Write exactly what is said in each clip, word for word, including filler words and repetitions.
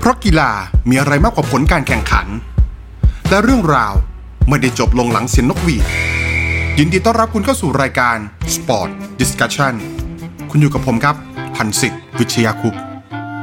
ราะกีฬามีอะไรมากกว่าผลการแข่งขันและเรื่องราวไม่ได้จบลงหลังเสียงนกหวีดยินดีต้อนรับคุณเข้าสู่รายการ Sport Discussion คุณอยู่กับผมครับพันศิษฐ์วิชยาคุปต์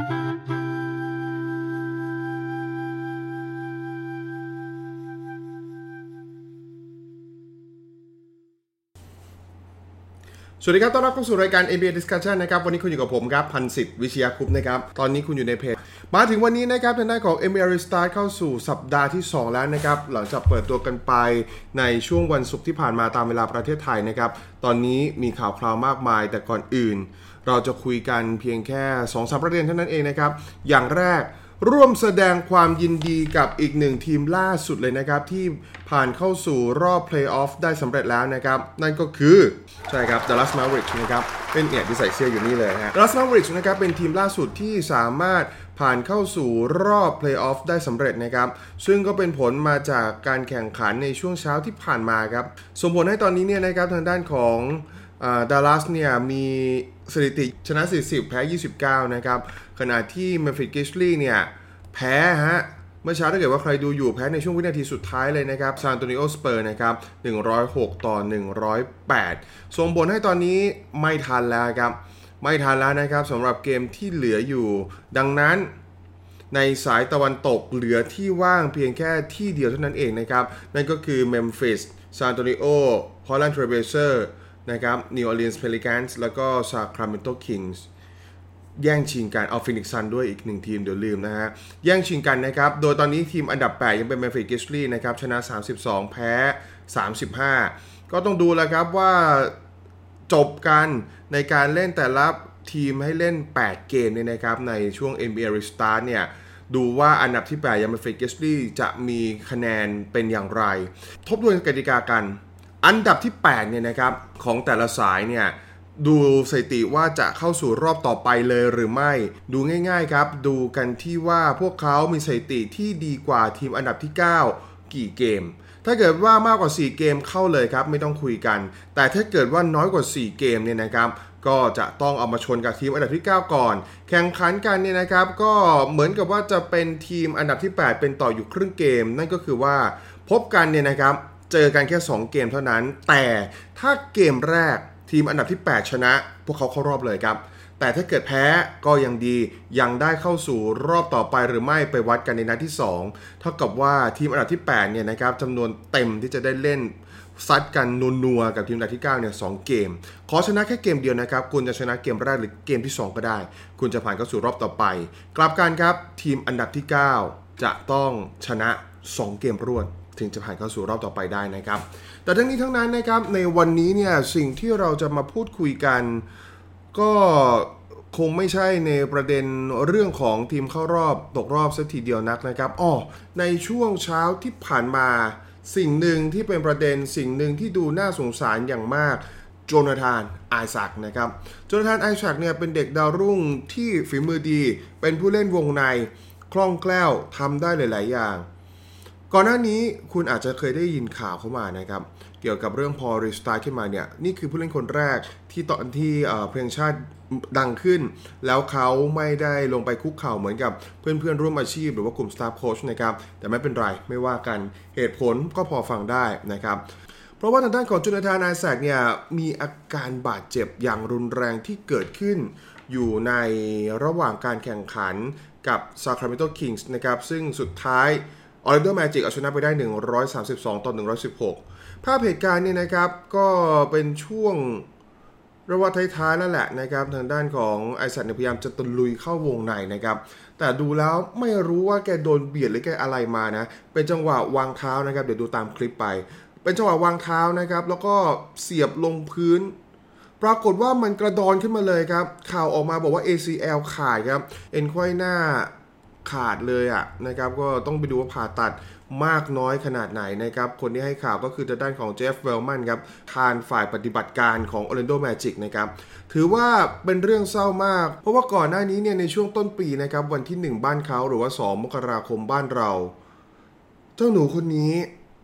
สวัสดีครับต้อนรับเข้าสู่รายการ เอ็น บี เอ Discussion นะครับวันนี้คุณอยู่กับผมครับพันศิษฐ์วิชยาคุปต์นะครับตอนนี้คุณอยู่ในเพจมาถึงวันนี้นะครับทางด้านของ เอ็น บี เอ Restart เข้าสู่สัปดาห์ที่สองแล้วนะครับหลังจากเปิดตัวกันไปในช่วงวันศุกร์ที่ผ่านมาตามเวลาประเทศไทยนะครับตอนนี้มีข่าวคราวมากมายแต่ก่อนอื่นเราจะคุยกันเพียงแค่ สองถึงสาม ประเด็นเท่านั้นเองนะครับอย่างแรกร่วมแสดงความยินดีกับอีกหนึ่งทีมล่าสุดเลยนะครับที่ผ่านเข้าสู่รอบเพลย์ออฟได้สำเร็จแล้วนะครับนั่นก็คือใช่ครับ Dallas Mavericks นะครับเป็นเนี่ยที่ใส่เสื้ออยู่นี่เลยฮะ Dallas Mavericks นะครับเป็นทีมล่าสุดที่สามารถผ่านเข้าสู่รอบเพลย์ออฟได้สำเร็จนะครับซึ่งก็เป็นผลมาจากการแข่งขันในช่วงเช้าที่ผ่านมาครับส่งผลให้ตอนนี้เนี่ยนะครับทางด้านของดัลลัสเนี่ยมีสถิติชนะสี่สิบแพ้ยี่สิบเก้านะครับขณะที่ Memphis Grizzlies เนี่ยแพ้ฮะเมื่อเช้าถ้าเกิดว่าใครดูอยู่แพ้ในช่วงวินาทีสุดท้ายเลยนะครับ San Antonio Spurs นะครับหนึ่งร้อยหกต่อหนึ่งร้อยแปดส่งผลให้ตอนนี้ไม่ทันแล้วครับไม่ทันแล้วนะครับสำหรับเกมที่เหลืออยู่ดังนั้นในสายตะวันตกเหลือที่ว่างเพียงแค่ที่เดียวเท่านั้นเองนะครับนั่นก็คือ Memphis San Antonio Portland Trail Blazersนะครับ New Orleans Pelicans แล้วก็ Sacramento Kings แย่งชิงกันเอา Phoenix Suns ด้วยอีกหนึ่งทีมเดี๋ยวลืมนะฮะแย่งชิงกันนะครับโดยตอนนี้ทีมอันดับแปดยังเป็น Memphis Grizzlies นะครับชนะสามสิบสองแพ้สามสิบห้าก็ต้องดูแล้วครับว่าจบกันในการเล่นแต่ละทีมให้เล่นแปดเกมเนี่ยนะครับในช่วง เอ็น บี เอ Restart เนี่ยดูว่าอันดับที่แปดยังเป็น Memphis Grizzlies จะมีคะแนนเป็นอย่างไรทบทวนกติกากันอันดับที่แปดเนี่ยนะครับของแต่ละสายเนี่ยดูสถิติว่าจะเข้าสู่รอบต่อไปเลยหรือไม่ดูง่ายๆครับดูกันที่ว่าพวกเขามีสถิติที่ดีกว่าทีมอันดับที่เก้ากี่เกมถ้าเกิดว่ามากกว่าสี่เกมเข้าเลยครับไม่ต้องคุยกันแต่ถ้าเกิดว่าน้อยกว่าสี่เกมเนี่ยนะครับก็จะต้องเอามาชนกับทีมอันดับที่เก้าก่อนแข่งขันกันเนี่ยนะครับก็เหมือนกับว่าจะเป็นทีมอันดับที่แปดเป็นต่ออยู่ครึ่งเกมนั่นก็คือว่าพบกันเนี่ยนะครับเจอกันแค่สองเกมเท่านั้นแต่ถ้าเกมแรกทีมอันดับที่แปดชนะพวกเขาเข้ารอบเลยครับแต่ถ้าเกิดแพ้ก็ยังดียังได้เข้าสู่รอบต่อไปหรือไม่ไปวัดกันในนัดที่สองเท่ากับว่าทีมอันดับที่แปดเนี่ยนะครับจำนวนเต็มที่จะได้เล่นซัดกันนัวๆกับทีมอันดับที่เก้าเนี่ยสองเกมขอชนะแค่เกมเดียวนะครับคุณจะชนะเกมแรกหรือเกมที่สองก็ได้คุณจะผ่านเข้าสู่รอบต่อไปกลับกันครับทีมอันดับที่เก้าจะต้องชนะสองเกมรวดถึงจะผ่านเข้าสู่รอบต่อไปได้นะครับแต่ทั้งนี้ทั้งนั้นนะครับในวันนี้เนี่ยสิ่งที่เราจะมาพูดคุยกันก็คงไม่ใช่ในประเด็นเรื่องของทีมเข้ารอบตกรอบซะทีเดียวนักนะครับอ้อในช่วงเช้าที่ผ่านมาสิ่งหนึ่งที่เป็นประเด็นสิ่งหนึ่งที่ดูน่าสงสารอย่างมากโจนาธานไอแซคนะครับโจนาธานไอแซคเนี่ยเป็นเด็กดาวรุ่งที่ฝีมือดีเป็นผู้เล่นวงในคล่องแคล่วทำได้หลายๆอย่างก่อนหน้านี้คุณอาจจะเคยได้ยินข่าวเข้ามานะครับเกี่ยวกับเรื่องพอรีสตาร์ทขึ้นมาเนี่ยนี่คือผู้เล่นคนแรกที่ตอนที่เพลงชาติดังขึ้นแล้วเขาไม่ได้ลงไปคุกเข่าเหมือนกับเพื่อนๆร่วมอาชีพหรือว่ากลุ่มสตาฟโค้ชนะครับแต่ไม่เป็นไรไม่ว่ากันเหตุผลก็พอฟังได้นะครับเพราะว่าทางด้านของโจนาธาน ไอแซคเนี่ยมีอาการบาดเจ็บอย่างรุนแรงที่เกิดขึ้นอยู่ในระหว่างการแข่งขันกับ Sacramento Kings นะครับซึ่งสุดท้ายOrlando Magic เอาชนะไปได้หนึ่งร้อยสามสิบสองต่อหนึ่งร้อยสิบหกภาพเหตุการณ์เนี่ยนะครับก็เป็นช่วงระหว่างท้ายๆนั่นแหละนะครับทางด้านของไอแซคพยายามจะตะลุยเข้าวงในนะครับแต่ดูแล้วไม่รู้ว่าแกโดนเบียดหรือแกอะไรมานะเป็นจังหวะวางเท้านะครับเดี๋ยวดูตามคลิปไปเป็นจังหวะวางเท้านะครับแล้วก็เสียบลงพื้นปรากฏว่ามันกระดอนขึ้นมาเลยครับข่าวออกมาบอกว่า เอ ซี แอล ขาดครับเอ็นไขว้หน้าขาดเลยอ่ะนะครับก็ต้องไปดูว่าผ่าตัดมากน้อยขนาดไหนนะครับคนที่ให้ข่าวก็คือทางด้านของเจฟเวลแมนครับทางฝ่ายปฏิบัติการของ Orlando Magic นะครับถือว่าเป็นเรื่องเศร้ามากเพราะว่าก่อนหน้านี้เนี่ยในช่วงต้นปีนะครับวันที่หนึ่งบ้านเขาหรือว่าสองมกราคมบ้านเราเจ้าหนูคนนี้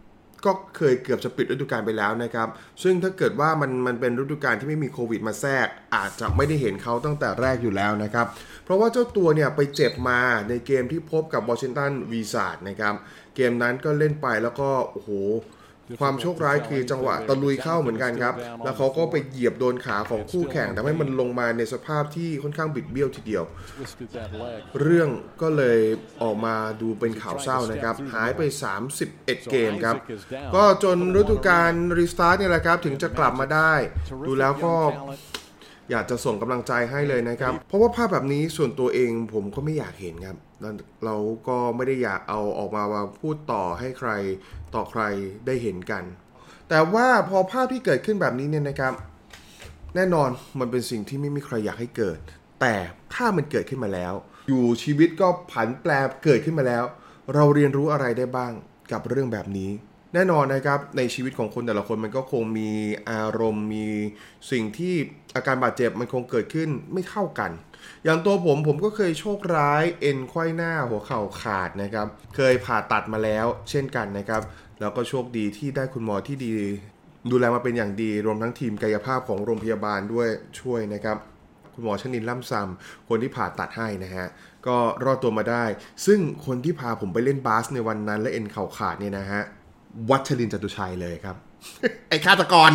ก็เคยเกือบจะปิดฤดูกาลไปแล้วนะครับซึ่งถ้าเกิดว่ามันมันเป็นฤดูกาลที่ไม่มีโควิดมาแทรกอาจจะไม่ได้เห็นเขาตั้งแต่แรกอยู่แล้วนะครับเพราะว่าเจ้าตัวเนี่ยไปเจ็บมาในเกมที่พบกับวอชิงตันวีซาร์ดนะครับเกมนั้นก็เล่นไปแล้วก็โอ้โหความโชคร้ายคือจังหวะตะลุยเข้าเหมือนกันครับแล้วเขาก็ไปเหยียบโดนขาของคู่แข่งทำให้มันลงมาในสภาพที่ค่อนข้างบิดเบี้ยวทีเดียวเรื่องก็เลยออกมาดูเป็นข่าวเศร้านะครับหายไปสามสิบเอ็ดเกมครับก็จนฤดูกาลรีสตาร์ทเนี่ยแหละครับถึงจะกลับมาได้ดูแล้วก็อยากจะส่งกำลังใจให้เลยนะครับเพราะว่าภาพแบบนี้ส่วนตัวเองผมก็ไม่อยากเห็นครับเราก็ไม่ได้อยากเอาออกมาว่าพูดต่อให้ใครต่อใครได้เห็นกันแต่ว่าพอภาพที่เกิดขึ้นแบบนี้เนี่ยนะครับแน่นอนมันเป็นสิ่งที่ไม่มีใครอยากให้เกิดแต่ถ้ามันเกิดขึ้นมาแล้วอยู่ชีวิตก็ผันแปรเกิดขึ้นมาแล้วเราเรียนรู้อะไรได้บ้างกับเรื่องแบบนี้แน่นอนนะครับในชีวิตของคนแต่ละคนมันก็คงมีอารมณ์มีสิ่งที่อาการบาดเจ็บมันคงเกิดขึ้นไม่เท่ากันอย่างตัวผมผมก็เคยโชคร้ายเอ็นไขว้หน้าหัวเข่าขาดนะครับเคยผ่าตัดมาแล้วเช่นกันนะครับแล้วก็โชคดีที่ได้คุณหมอที่ดีดูแลมาเป็นอย่างดีรวมทั้งทีมกายภาพของโรงพยาบาลด้วยช่วยนะครับคุณหมอชนินล่ำซำคนที่ผ่าตัดให้นะฮะก็รอดตัวมาได้ซึ่งคนที่พาผมไปเล่นบาสในวันนั้นและเอ็นเข่าขาดเนี่ยนะฮะวัชรินทร์จตุชัยเลยครับ ไอ้ฆาตกร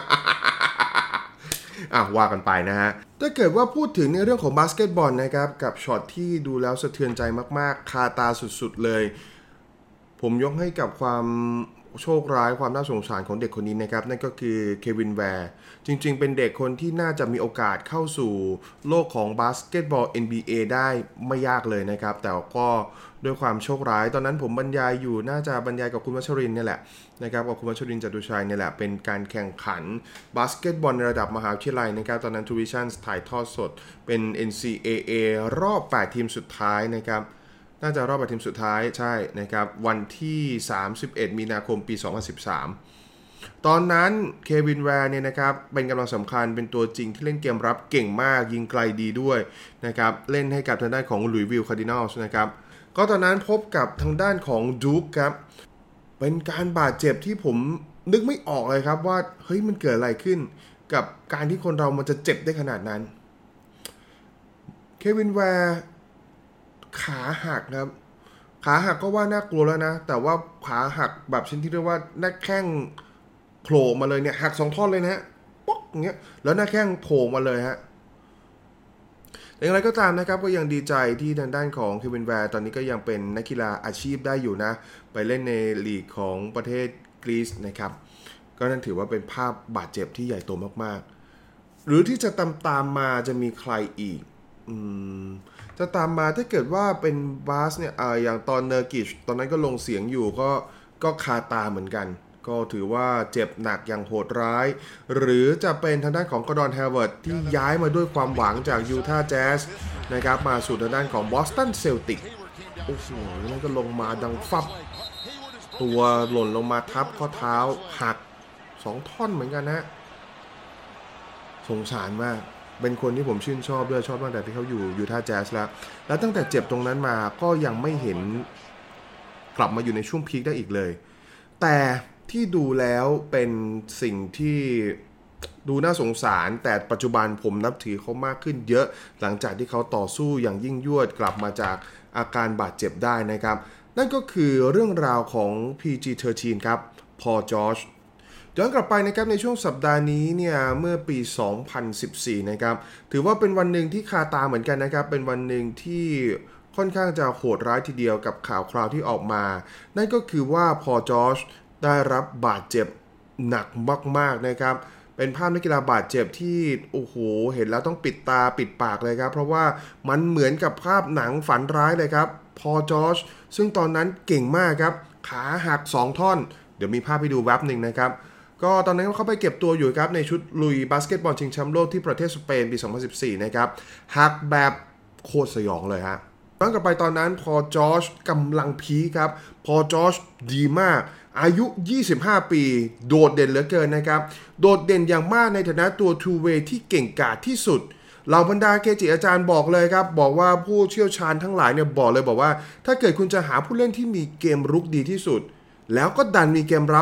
อ่ะว่ากันไปนะฮะถ้าเกิดว่าพูดถึงในเรื่องของบาสเกตบอลนะครับกับช็อตที่ดูแล้วสะเทือนใจมากๆคาตาสุดๆเลยผมยกให้กับความโชคร้ายความน่าสงสารของเด็กคนนี้นะครับนั่นก็คือเควินแวร์จริงๆเป็นเด็กคนที่น่าจะมีโอกาสเข้าสู่โลกของบาสเกตบอล เอ็น บี เอ ได้ไม่ยากเลยนะครับแต่ก็ด้วยความโชคร้ายตอนนั้นผมบรรยายอยู่น่าจะบรรยายกับคุณวัชรินทร์นี่แหละนะครับกับคุณวัชรินทร์จตุชัยนี่แหละเป็นการแข่งขันบาสเกตบอลในระดับมหาวิทยาลัยนะครับตอนนั้น ทู วิชั่น ถ่ายทอดสดเป็น เอ็น ซี เอ เอ รอบแปดทีมสุดท้ายนะครับน่าจะรอบแปดทีมสุดท้ายใช่นะครับวันที่สามสิบเอ็ดมีนาคมปีสองพันสิบสามตอนนั้นเควินแวร์เนี่ยนะครับเป็นกำลังสำคัญเป็นตัวจริงที่เล่นเกมรับเก่งมากยิงไกลดีด้วยนะครับเล่นให้กับทางด้านของลุยวิลคาร์ดินัลส์นะครับก็ตอนนั้นพบกับทางด้านของดู๊กครับเป็นการบาดเจ็บที่ผมนึกไม่ออกเลยครับว่าเฮ้ยมันเกิดอะไรขึ้นกับการที่คนเรามันจะเจ็บได้ขนาดนั้นเควินแวร์ขาหักครับขาหักก็ว่าน่ากลัวแล้วนะแต่ว่าขาหักแบบชนิดที่เรียกว่าหน้าแข้งโผล่มาเลยเนี่ยหักสองท่อนเลยนะฮะป๊อกอย่างเงี้ยแล้วหน้าแข้งโผล่มาเลยฮะอย่างไรก็ตามนะครับก็ยังดีใจที่ทางด้านของเควินแวร์ตอนนี้ก็ยังเป็นนักกีฬาอาชีพได้อยู่นะไปเล่นในลีกของประเทศกรีซนะครับก็นั่นถือว่าเป็นภาพบาดเจ็บที่ใหญ่โตมากๆหรือที่จะตามตามมาจะมีใครอีกอืมจะตามมาถ้าเกิดว่าเป็นบาสเนี่ยอ่าอย่างตอนเนอร์กิชตอนนั้นก็ลงเสียงอยู่ก็ก็คาตาเหมือนกันก็ถือว่าเจ็บหนักอย่างโหดร้ายหรือจะเป็นทางด้านของกอร์ดอน แฮร์เวิร์ดที่ย้ายมาด้วยความหวังจากยูทาห์แจ๊สนะครับมาสู่ทางด้านของบอสตันเซลติกโอ้โหนั่นก็ลงมาดังฟับตัวหล่นลงมาทับข้อเท้าหักสองท่อนเหมือนกันนะสงสารมากเป็นคนที่ผมชื่นชอบด้วยชอบตั้งแต่ที่เขาอยู่ยูทาห์แจ๊สแล้วแล้วตั้งแต่เจ็บตรงนั้นมาก็ยังไม่เห็นกลับมาอยู่ในช่วงพีคได้อีกเลยแต่ที่ดูแล้วเป็นสิ่งที่ดูน่าสงสารแต่ปัจจุบันผมนับถือเขามากขึ้นเยอะหลังจากที่เขาต่อสู้อย่างยิ่งยวดกลับมาจากอาการบาดเจ็บได้นะครับนั่นก็คือเรื่องราวของ พี จี สิบสาม ครับพอล จอร์จย้อนกลับไปนะครับในช่วงสัปดาห์นี้เนี่ยเมื่อปีสองพันสิบสี่นะครับถือว่าเป็นวันหนึ่งที่คาตาเหมือนกันนะครับเป็นวันหนึ่งที่ค่อนข้างจะโหดร้ายทีเดียวกับข่าวคราวที่ออกมานั่นก็คือว่าพอล จอร์จได้รับบาดเจ็บหนักมากๆนะครับเป็นภาพนักกีฬาบาดเจ็บที่โอ้โหเห็นแล้วต้องปิดตาปิดปากเลยครับเพราะว่ามันเหมือนกับภาพหนังฝันร้ายเลยครับพอล จอร์จซึ่งตอนนั้นเก่งมากครับขาหักสองท่อนเดี๋ยวมีภาพให้ดูแวบหนึ่งนะครับก็ตอนนั้นเขาไปเก็บตัวอยู่ครับในชุดลุยบาสเกตบอลชิงแชมป์โลกที่ประเทศสเปนปีสองพันสิบสี่นะครับหักแบบโคตรสยองเลยฮะย้อนกลับไปตอนนั้นพอล จอร์จกำลังพีคครับพอล จอร์จดีมากอายุยี่สิบห้าปีโดดเด่นเหลือเกินนะครับโดดเด่นอย่างมากในฐานะตัว two way ที่เก่งกาจที่สุดเหล่าบรรดาเกจิอาจารย์บอกเลยครับบอกว่าผู้เชี่ยวชาญทั้งหลายเนี่ยบอกเลยบอกว่าถ้าเกิดคุณจะหาผู้เล่นที่มีเกมรุกดีที่สุดแล้วก็ดันมีเกมรับ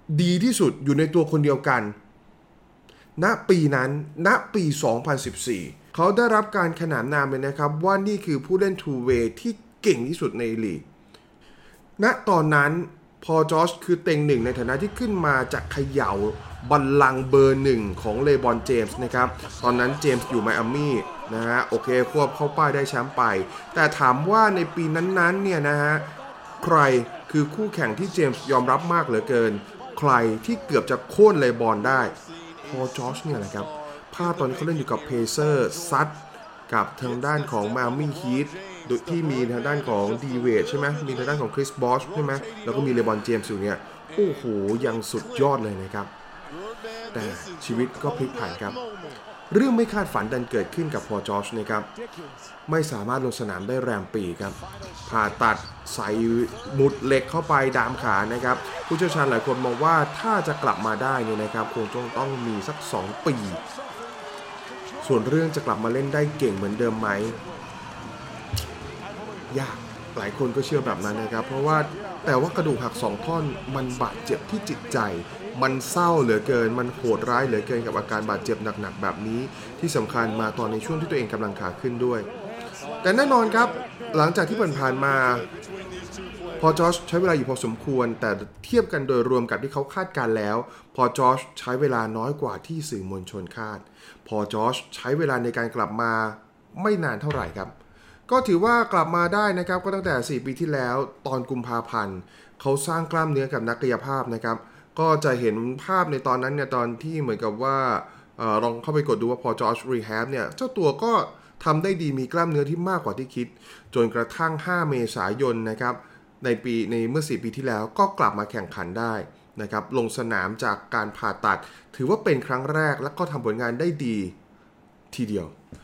ดีที่สุดอยู่ในตัวคนเดียวกันณปีนั้นณปีสองพันสิบสี่เขาได้รับการขนานนามเลยนะครับว่านี่คือผู้เล่น two way ที่เก่งที่สุดในลีกณตอนนั้นพอจอชคือเต็งหนึ่งในฐานะที่ขึ้นมาจากเขย่าบัลลังก์เบอร์หนึ่งของเลบรอนเจมส์นะครับตอนนั้นเจมส์อยู่ไมอามี่นะฮะโอเคควบเข้าป้ายได้แชมป์ไปแต่ถามว่าในปีนั้นๆเนี่ยนะฮะใครคือคู่แข่งที่เจมส์ยอมรับมากเหลือเกินใครที่เกือบจะโค่นเลบรอนได้พอจอชเนี่ยแหละครับภาพตอนนี้เขาเล่นอยู่กับเพเซอร์ซัดกับทางด้านของมามี่ฮีทโดยที่มีทางด้านของดีเวดใช่ไหมมีทางด้านของคริสบอชใช่ไหมแล้วก็มีเลบรอนเจมส์อยู่เนี่ยโอ้โหยังสุดยอดเลยนะครับแต่ชีวิตก็พลิกผันครับเรื่องไม่คาดฝันดันเกิดขึ้นกับพอจอชนะครับไม่สามารถลงสนามได้แรมปีครับผ่าตัดใส่หมุดเหล็กเข้าไปดามขานะครับผู้เชี่ยวชาญหลายคนมองว่าถ้าจะกลับมาได้เนี่ยนะครับคงต้องมีสักสองปีส่วนเรื่องจะกลับมาเล่นได้เก่งเหมือนเดิมไหมยากหลายคนก็เชื่อแบบนั้นนะครับเพราะว่าแต่ว่ากระดูกหักสองท่อนมันบาดเจ็บที่จิตใจมันเศร้าเหลือเกินมันโหดร้ายเหลือเกินกับอาการบาดเจ็บหนักๆแบบนี้ที่สำคัญมาตอนในช่วงที่ตัวเองกำลังขาขึ้นด้วยแต่แน่นอนครับหลังจากที่ผ่านมาพอจอชใช้เวลาอยู่พอสมควรแต่เทียบกันโดยรวมกับที่เขาคาดการแล้วพอจอชใช้เวลาน้อยกว่าที่สื่อมวลชนคาดพอจอชใช้เวลาในการกลับมาไม่นานเท่าไหร่ครับก็ถือว่ากลับมาได้นะครับก็ตั้งแต่สี่ปีที่แล้วตอนกุมภาพันธ์เขาสร้างกล้ามเนื้อกับนักกายภาพนะครับก็จะเห็นภาพในตอนนั้นเนี่ยตอนที่เหมือนกับว่าเอ่อลองเข้าไปกดดูว่าพอจอชรีแฮบเนี่ยเจ้าตัวก็ทำได้ดีมีกล้ามเนื้อที่มากกว่าที่คิดจนกระทั่งห้าเมษายนนะครับในปีในเมื่อสี่ปีที่แล้วก็กลับมาแข่งขันได้นะครับลงสนามจากการผ่าตัดถือว่าเป็นครั้งแรกและก็ทำผลงานได้ดีทีเดียว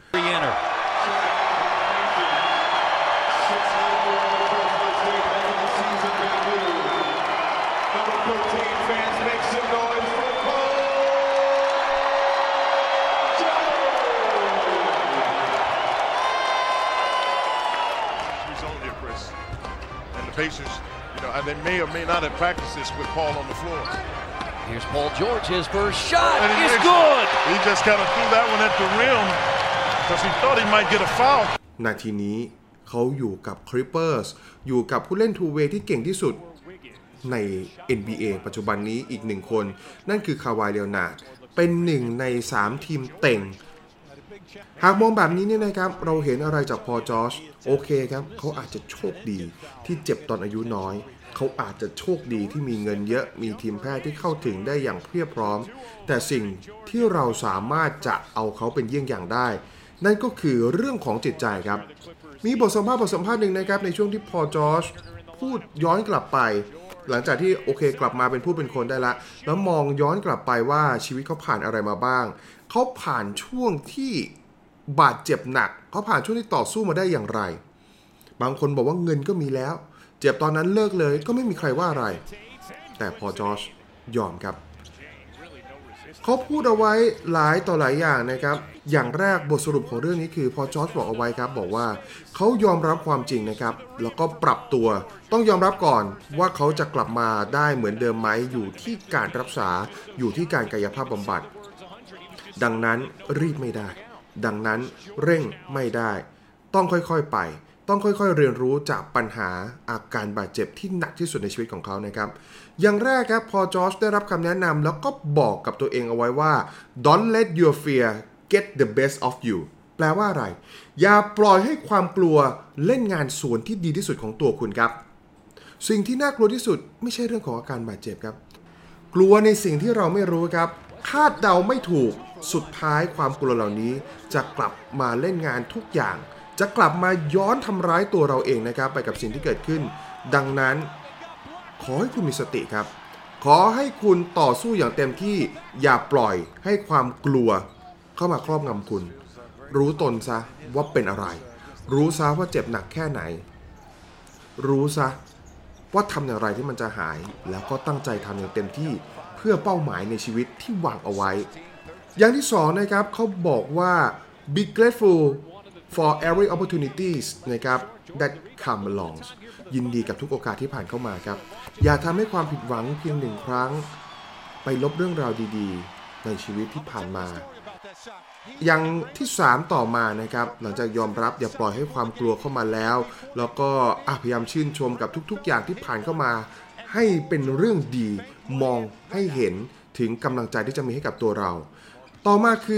Pacers, you know, they may or may not have practiced this with Paul on the floor. Here's Paul George. His first shot is makes, good. He just kind of threw that one at the rim because he thought he might get a foul. นาทีนี้เขาอยู่กับ Clippers อยู่กับผู้เล่น two way ที่เก่งที่สุดใน เอ็น บี เอ ปัจจุบันนี้อีกหนึ่งคนนั่นคือคาวาย เลโอนาร์ดเป็นหนึ่งในสามทีมเต็งหากมองแบบนี้เนี่ยนะครับเราเห็นอะไรจากพอจอชโอเคครับเขาอาจจะโชคดีที่เจ็บตอนอายุน้อยเขาอาจจะโชคดีที่มีเงินเยอะมีทีมแพทย์ที่เข้าถึงได้อย่างเพียบพร้อมแต่สิ่งที่เราสามารถจะเอาเขาเป็นเยี่ยงอย่างได้นั่นก็คือเรื่องของจิตใจครับมีบทสัมภาษณ์บทสัมภาษณ์หนึ่งนะครับในช่วงที่พอจอชพูดย้อนกลับไปหลังจากที่โอเคกลับมาเป็นผู้เป็นคนได้ละแล้วมองย้อนกลับไปว่าชีวิตเขาผ่านอะไรมาบ้างเขาผ่านช่วงที่บาดเจ็บหนักเขาผ่านช่วงที่ต่อสู้มาได้อย่างไรบางคนบอกว่าเงินก็มีแล้วเจ็บตอนนั้นเลิกเลยก็ไม่มีใครว่าอะไรแต่พอจอชยอมครับเขาพูดเอาไว้หลายต่อหลายอย่างนะครับอย่างแรกบทสรุปของเรื่องนี้คือพอจอชบอกเอาไว้ครับบอกว่าเขายอมรับความจริงนะครับแล้วก็ปรับตัวต้องยอมรับก่อนว่าเขาจะกลับมาได้เหมือนเดิมไหมอยู่ที่การรักษาอยู่ที่การกายภาพบำบัดดังนั้นรีบไม่ได้ดังนั้นเร่งไม่ได้ต้องค่อยๆไปต้องค่อยๆเรียนรู้จากปัญหาอาการบาดเจ็บที่หนักที่สุดในชีวิตของเขานะครับอย่างแรกครับพอจอชได้รับคำแนะนำแล้วก็บอกกับตัวเองเอาไว้ว่า don't let your fear get the best of you แปลว่าอะไรอย่าปล่อยให้ความกลัวเล่นงานส่วนที่ดีที่สุดของตัวคุณครับสิ่งที่น่ากลัวที่สุดไม่ใช่เรื่องของอาการบาดเจ็บครับกลัวในสิ่งที่เราไม่รู้ครับคาดเดาไม่ถูกสุดท้ายความกลัวเหล่านี้จะกลับมาเล่นงานทุกอย่างจะกลับมาย้อนทำร้ายตัวเราเองนะครับไปกับสิ่งที่เกิดขึ้นดังนั้นขอให้คุณมีสติครับขอให้คุณต่อสู้อย่างเต็มที่อย่าปล่อยให้ความกลัวเข้ามาครอบงำคุณรู้ตนซะว่าเป็นอะไรรู้ซะว่าเจ็บหนักแค่ไหนรู้ซะว่าทำอย่างไรที่มันจะหายแล้วก็ตั้งใจทำอย่างเต็มที่เพื่อเป้าหมายในชีวิตที่วางเอาไว้อย่างที่สองนะครับเขาบอกว่า be grateful for every opportunities นะครับ that come along ยินดีกับทุกโอกาสที่ผ่านเข้ามาครับอย่าทำให้ความผิดหวังเพียงหนึ่งครั้งไปลบเรื่องราวดีๆในชีวิตที่ผ่านมาอย่างที่สามต่อมานะครับหลังจากยอมรับอย่าปล่อยให้ความกลัวเข้ามาแล้วแล้วก็พยายามชื่นชมกับทุกๆอย่างที่ผ่านเข้ามาให้เป็นเรื่องดีมองให้เห็นถึงกำลังใจที่จะมีให้กับตัวเราต่อมาคือ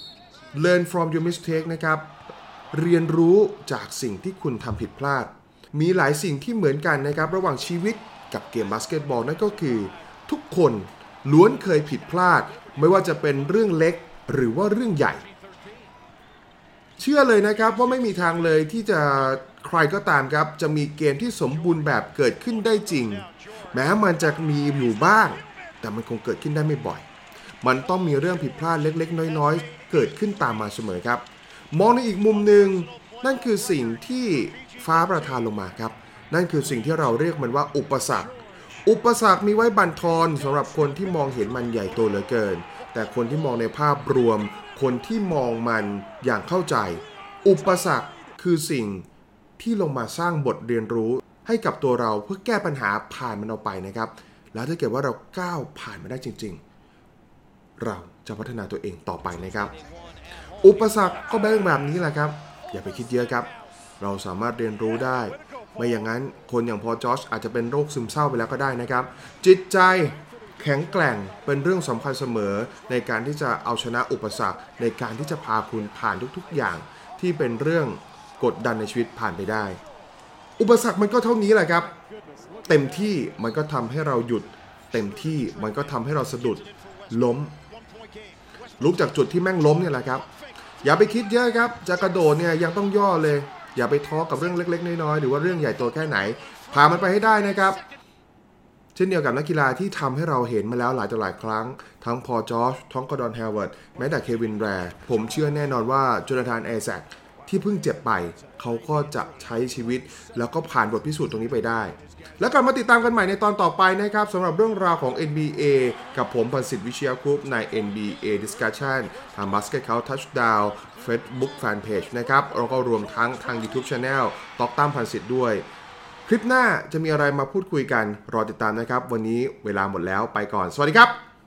learn from your mistake นะครับเรียนรู้จากสิ่งที่คุณทำผิดพลาดมีหลายสิ่งที่เหมือนกันนะครับระหว่างชีวิตกับเกมบาสเกตบอลนั่นก็คือทุกคนล้วนเคยผิดพลาดไม่ว่าจะเป็นเรื่องเล็กหรือว่าเรื่องใหญ่เชื่อเลยนะครับว่าไม่มีทางเลยที่จะใครก็ตามครับจะมีเกมที่สมบูรณ์แบบเกิดขึ้นได้จริงแม้มันจะมีอยู่บ้างแต่มันคงเกิดขึ้นได้ไม่บ่อยมันต้องมีเรื่องผิดพลาดเล็กๆน้อยๆเกิดขึ้นตามมาเสมอครับมองในอีกมุมหนึ่งนั่นคือสิ่งที่ฟ้าประทานลงมาครับนั่นคือสิ่งที่เราเรียกมันว่าอุปสรรคอุปสรรคมีไว้บั่นทอนสำหรับคนที่มองเห็นมันใหญ่โตเหลือเกินแต่คนที่มองในภาพรวมคนที่มองมันอย่างเข้าใจอุปสรรคคือสิ่งที่ลงมาสร้างบทเรียนรู้ให้กับตัวเราเพื่อแก้ปัญหาผ่านมันออกไปนะครับแล้วถ้าเกิดว่าเราก้าวผ่านมาได้จริงๆเราจะพัฒนาตัวเองต่อไปนะครับอุปสรรคก็เป็นแบบนี้แหละครับอย่าไปคิดเยอะครับเราสามารถเรียนรู้ได้ไม่อย่างนั้นคนอย่างพอจอชอาจจะเป็นโรคซึมเศร้าไปแล้วก็ได้นะครับจิตใจแข็งแกร่งเป็นเรื่องสำคัญเสมอในการที่จะเอาชนะอุปสรรคในการที่จะพาคุณผ่านทุกๆอย่างที่เป็นเรื่องกดดันในชีวิตผ่านไปได้อุปสรรคมันก็เท่านี้แหละครับเต็มที่มันก็ทำให้เราหยุดเต็มที่มันก็ทำให้เราสะดุดล้มลุกจากจุดที่แม่งล้มเนี่ยแหละครับอย่าไปคิดเยอะครับจะกระโดดเนี่ยยังต้องย่อเลยอย่าไปท้อกับเรื่องเล็กๆน้อยๆหรือว่าเรื่องใหญ่โตแค่ไหนพามันไปให้ได้นะครับเช่นเดียวกับนักกีฬาที่ทำให้เราเห็นมาแล้วหลายต่อหลายครั้งทั้งพอจอชทั้งกอร์ดอนแฮร์เวิร์ดแม้แต่เควินแรร์ผมเชื่อแน่นอนว่าโจนาธานไอแซคที่เพิ่งเจ็บไปเขาก็จะใช้ชีวิตแล้วก็ผ่านบทพิสูจน์ตรงนี้ไปได้แล้วกลับมาติดตามกันใหม่ในตอนต่อไปนะครับสำหรับเรื่องราวของ เอ็น บี เอ กับผมพันศิษฐ์วิเชียรคุปใน เอ็น บี เอ Discussion ทาง Basket Couch Touchdown Facebook Fanpage นะครับแล้วก็รวมทั้งทาง YouTube Channel ต๊อกตั้มพันศิษฐ์ด้วยคลิปหน้าจะมีอะไรมาพูดคุยกันรอติดตามนะครับวันนี้เวลาหมดแล้วไปก่อนสวัสดีครับ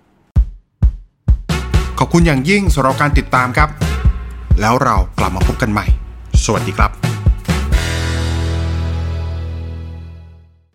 ขอบคุณอย่างยิ่งสำหรับการติดตามครับแล้วเรากลับมาพบกันใหม่สวัสดีครับ